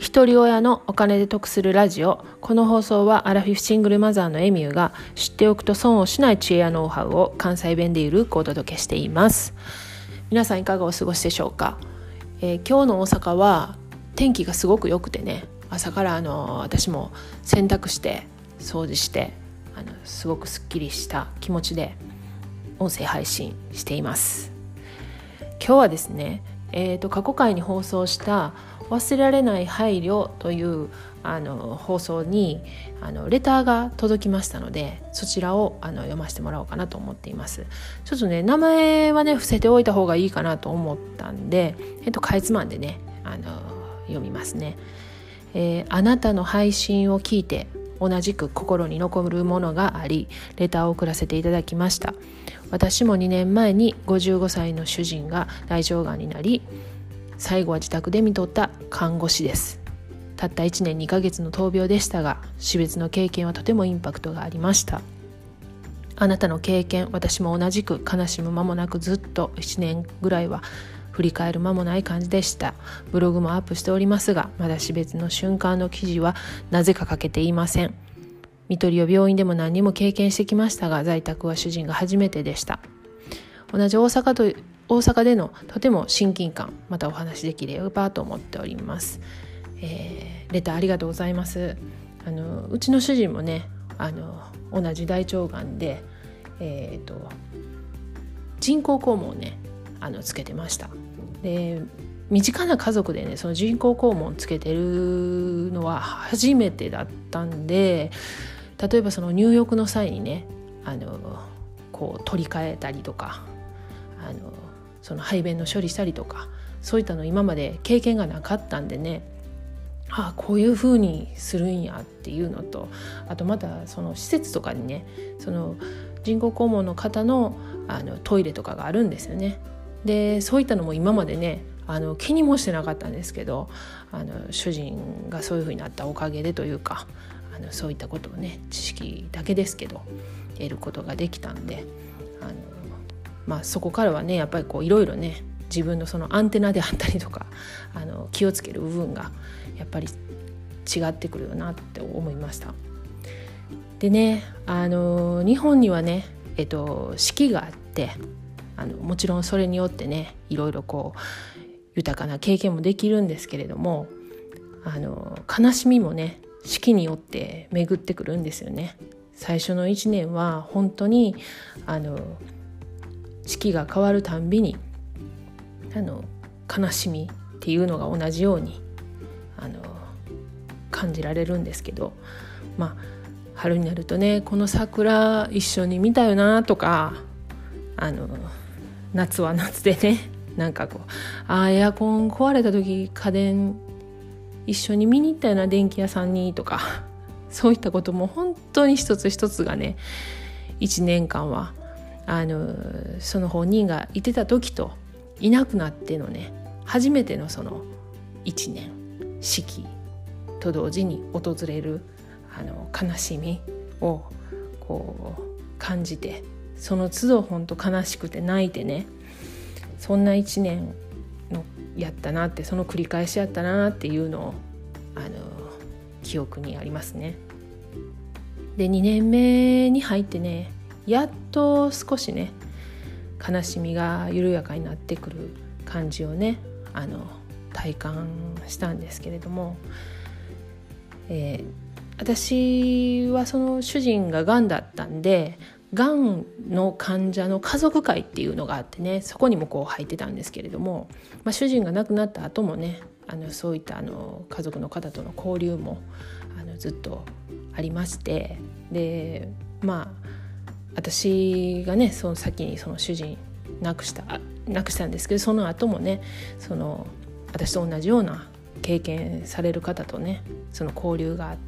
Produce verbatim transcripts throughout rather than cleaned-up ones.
一人親のお金で得するラジオ。この放送はアラフィフシングルマザーのエミューが知っておくと損をしない知恵やノウハウを関西弁でゆるくお届けしています。皆さんいかがお過ごしでしょうか。えー、今日の大阪は天気がすごく良くてね、朝からあの私も洗濯して掃除してあのすごくすっきりした気持ちで音声配信しています。今日はですね、えーと、過去回に放送した忘れられない配慮というあの放送にあのレターが届きましたので、そちらをあの読ませてもらおうかなと思っています。ちょっとね、名前はね伏せておいた方がいいかなと思ったんで、えっと、かいつまんでねあの読みますね。えー、あなたの配信を聞いて同じく心に残るものがあり、レターを送らせていただきました。私もにねんまえにごじゅうごさいの主人が大腸がんになり、最後は自宅で看取った看護師です。たったいちねんにかげつの闘病でしたが、死別の経験はとてもインパクトがありました。あなたの経験、私も同じく悲しむ間もなく、ずっといちねんぐらいは振り返る間もない感じでした。ブログもアップしておりますが、まだ死別の瞬間の記事はなぜか書けていません。看取りを病院でも何人も経験してきましたが、在宅は主人が初めてでした。同じ大阪と大阪でのとても親近感、またお話できればと思っております。えー、レターありがとうございます。あのうちの主人もね、あの同じ大腸がんで、えー、と人工肛門をねあのつけてました。で、身近な家族でねその人工肛門つけてるのは初めてだったんで、例えばその入浴の際にねあのこう取り替えたりとか、あのその排便の処理したりとか、そういったの今まで経験がなかったんでね、ああこういう風にするんやっていうのと、あとまたその施設とかにねその人工肛門の方の、あのトイレとかがあるんですよね。でそういったのも今までねあの気にもしてなかったんですけど、あの主人がそういう風になったおかげでというか、あのそういったことをね知識だけですけど得ることができたんで、あのまあ、そこからはねやっぱりこういろいろね自分のそのアンテナであったりとか、あの気をつける部分がやっぱり違ってくるよなって思いました。でね、あの日本にはね、えっと、四季があって、あのもちろんそれによってねいろいろこう豊かな経験もできるんですけれども、あの悲しみもね四季によって巡ってくるんですよね。最初のいちねんは本当にあの四季が変わるたんびにあの悲しみっていうのが同じようにあの感じられるんですけど、まあ春になるとねこの桜一緒に見たよなとか、あの夏は夏でねなんかこうあエアコン壊れた時家電一緒に見に行ったよな電気屋さんにとか、そういったことも本当に一つ一つがねいちねんかんはあのその本人がいてた時といなくなってのね初めてのそのいちねん四季と同時に訪れるあの悲しみをこう感じて、その都度本当悲しくて泣いてね、そんないちねんのやったなって、その繰り返しやったなっていうのをあの記憶にありますね。でにねんめに入ってねやっと少しね悲しみが緩やかになってくる感じをねあの体感したんですけれども、えー、私はその主人ががんだったんで、がんの患者の家族会っていうのがあってね、そこにもこう入ってたんですけれども、まあ、主人が亡くなった後もねあのそういったあの家族の方との交流もあのずっとありまして、でまあ私がねその先にその主人亡くした亡くしたんですけど、その後もねその私と同じような経験される方とねその交流があって、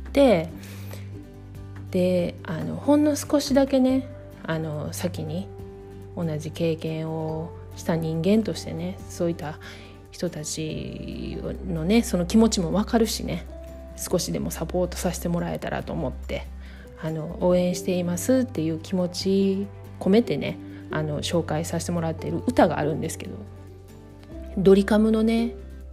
であのほんの少しだけねあの先に同じ経験をした人間としてね、そういった人たちのねその気持ちも分かるしね、少しでもサポートさせてもらえたらと思ってあの応援していますっていう気持ち込めてねあの紹介させてもらっている歌があるんですけど、ドリカムのね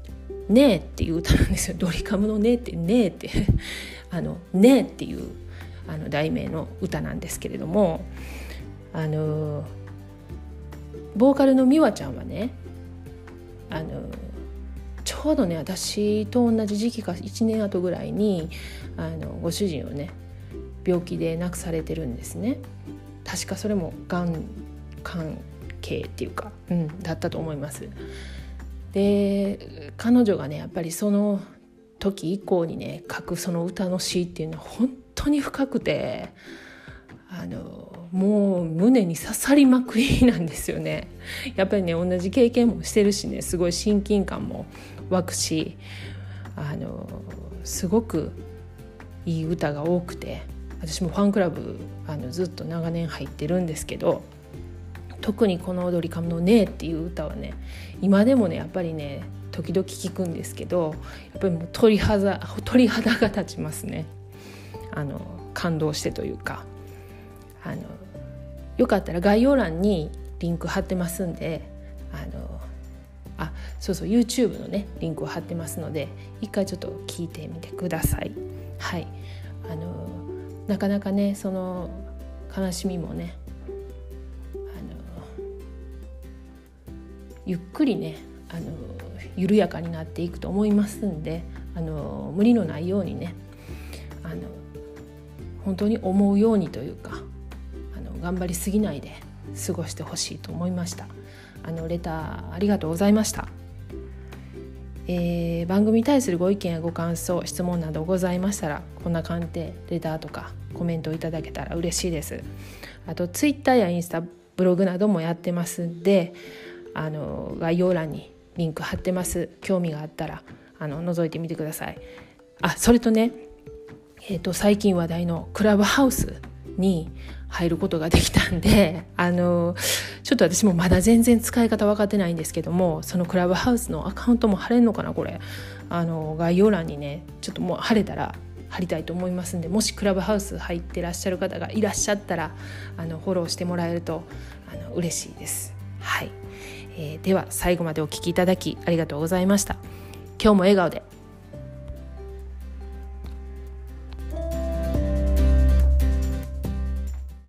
ねえっていう歌なんですよ。ドリカムのねえってねえってあのねえっていうあの題名の歌なんですけれども、あのボーカルの美和ちゃんはね、あのちょうどね私と同じ時期かいちねんごぐらいにあのご主人をね病気で亡くされてるんですね。確かそれもがん関係っていうか、うん、だったと思います。で彼女がねやっぱりその時以降にね書くその歌の詩っていうのは本当に深くて、あのもう胸に刺さりまくりなんですよね。やっぱりね同じ経験もしてるしね、すごい親近感も湧くし、あのすごくいい歌が多くて、私もファンクラブあのずっと長年入ってるんですけど、特にこのドリカムのねえっていう歌はね今でもねやっぱりね時々聞くんですけど、やっぱりもう鳥肌鳥肌が立ちますね。あの感動してというか、あのよかったら概要欄にリンク貼ってますんで、あのあそうそう YouTube のねリンクを貼ってますので一回ちょっと聞いてみてください。はい、あのなかなかねその悲しみもねあのゆっくりねあの緩やかになっていくと思いますんで、あの無理のないようにねあの本当に思うようにというか、あの頑張りすぎないで過ごしてほしいと思いました。あのレターありがとうございました。えー、番組に対するご意見やご感想、質問などございましたらこんな感じでレターとかコメントをいただけたら嬉しいです。あとツイッターやインスタ、ブログなどもやってますんで、あの概要欄にリンク貼ってます。興味があったらあの覗いてみてください。あ、それとね、えーと、最近話題のクラブハウスに入ることができたんで、あのちょっと私もまだ全然使い方分かってないんですけども、そのクラブハウスのアカウントも貼れんのかなこれ、あの概要欄にねちょっともう貼れたら貼りたいと思いますんで、もしクラブハウス入ってらっしゃる方がいらっしゃったらあのフォローしてもらえるとあの嬉しいです。はい、えー、では最後までお聞きいただきありがとうございました。今日も笑顔で